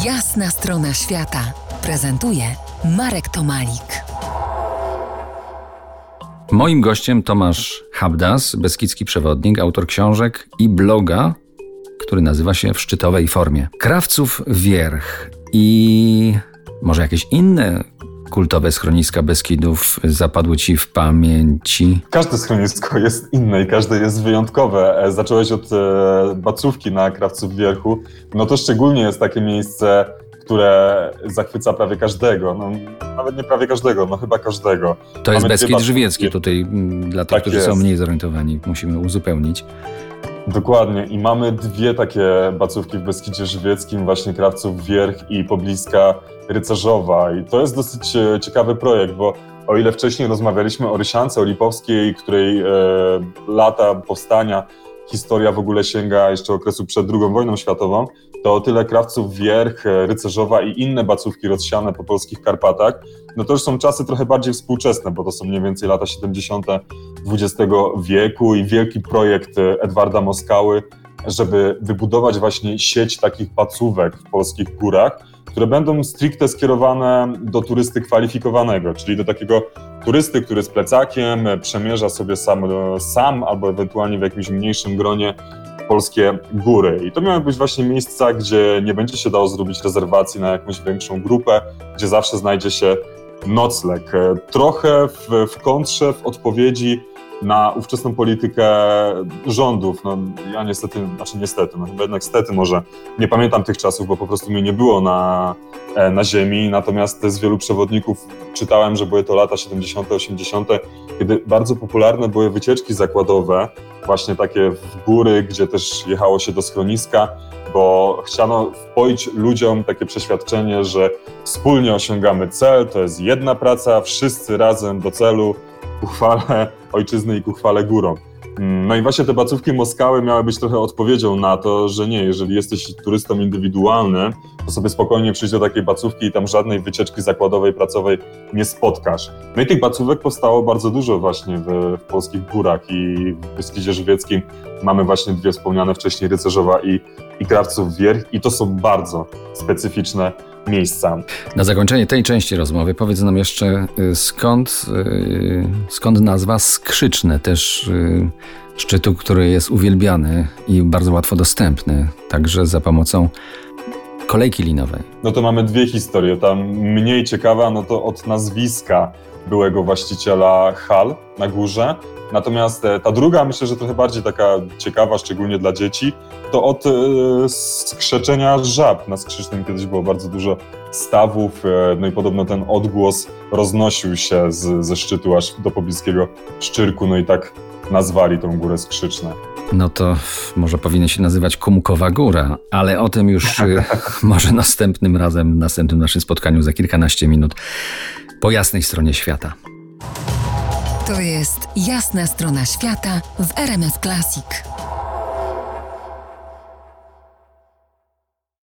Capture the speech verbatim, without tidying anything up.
Jasna strona świata prezentuje Marek Tomalik. Moim gościem Tomasz Habdas, beskidzki przewodnik, autor książek i bloga, który nazywa się W szczytowej formie. Krawców Wierch i może jakieś inne kultowe schroniska Beskidów zapadły ci w pamięci? Każde schronisko jest inne i każde jest wyjątkowe. Zacząłeś od e, bacówki na Krawców Wierchu. No to szczególnie jest takie miejsce, które zachwyca prawie każdego. No, nawet nie prawie każdego, no chyba każdego. To jest Mamy Beskid Żywiecki tutaj, dla tych, Tak którzy jest. są mniej zorientowani. Musimy uzupełnić. Dokładnie. I mamy dwie takie bacówki w Beskidzie Żywieckim, właśnie Krawców Wierch i pobliska Rycerzowa. I to jest dosyć ciekawy projekt, bo o ile wcześniej rozmawialiśmy o Rysiance, o Lipowskiej, której e, lata powstania, historia w ogóle sięga jeszcze okresu przed drugą wojną światową, to o tyle Krawców Wierch, Rycerzowa i inne bacówki rozsiane po polskich Karpatach, no to już są czasy trochę bardziej współczesne, bo to są mniej więcej lata siedemdziesiąte dwudziestego wieku i wielki projekt Edwarda Moskały, żeby wybudować właśnie sieć takich bacówek w polskich górach, które będą stricte skierowane do turysty kwalifikowanego, czyli do takiego turysty, który z plecakiem przemierza sobie sam, sam albo ewentualnie w jakimś mniejszym gronie polskie góry. I to miały być właśnie miejsca, gdzie nie będzie się dało zrobić rezerwacji na jakąś większą grupę, gdzie zawsze znajdzie się nocleg. Trochę w, w kontrze, w odpowiedzi na ówczesną politykę rządów. No, ja niestety, znaczy niestety, no chyba jednak stety może nie pamiętam tych czasów, bo po prostu mnie nie było na, na ziemi, natomiast z wielu przewodników czytałem, że były to lata siedemdziesiąte osiemdziesiąte, kiedy bardzo popularne były wycieczki zakładowe, właśnie takie w góry, gdzie też jechało się do schroniska, bo chciano wpoić ludziom takie przeświadczenie, że wspólnie osiągamy cel, to jest jedna praca, wszyscy razem do celu, ku chwale ojczyzny i ku chwale górom. No i właśnie te bacówki Moskały miały być trochę odpowiedzią na to, że nie, jeżeli jesteś turystą indywidualnym, to sobie spokojnie przyjdź do takiej bacówki i tam żadnej wycieczki zakładowej, pracowej nie spotkasz. No i tych bacówek powstało bardzo dużo właśnie w, w polskich górach i w Beskidzie Żywieckim mamy właśnie dwie wspomniane wcześniej, Rycerzowa i, i Krawców Wierch, i to są bardzo specyficzne miejsca. Na zakończenie tej części rozmowy powiedz nam jeszcze, skąd, skąd nazwa Skrzyczne, też szczytu, który jest uwielbiany i bardzo łatwo dostępny, także za pomocą kolejki linowej. No to mamy dwie historie. Ta mniej ciekawa, no to od nazwiska byłego właściciela hal na górze. Natomiast ta druga, myślę, że trochę bardziej taka ciekawa, szczególnie dla dzieci, to od e, skrzeczenia żab. Na Skrzycznym kiedyś było bardzo dużo stawów, e, no i podobno ten odgłos roznosił się z, ze szczytu aż do pobliskiego Szczyrku, no i tak nazwali tą górę Skrzyczne. No to może powinien się nazywać Kumkowa Góra, ale o tym już może następnym razem, w następnym naszym spotkaniu za kilkanaście minut po jasnej stronie świata. To jest Jasna strona świata w R M F Classic.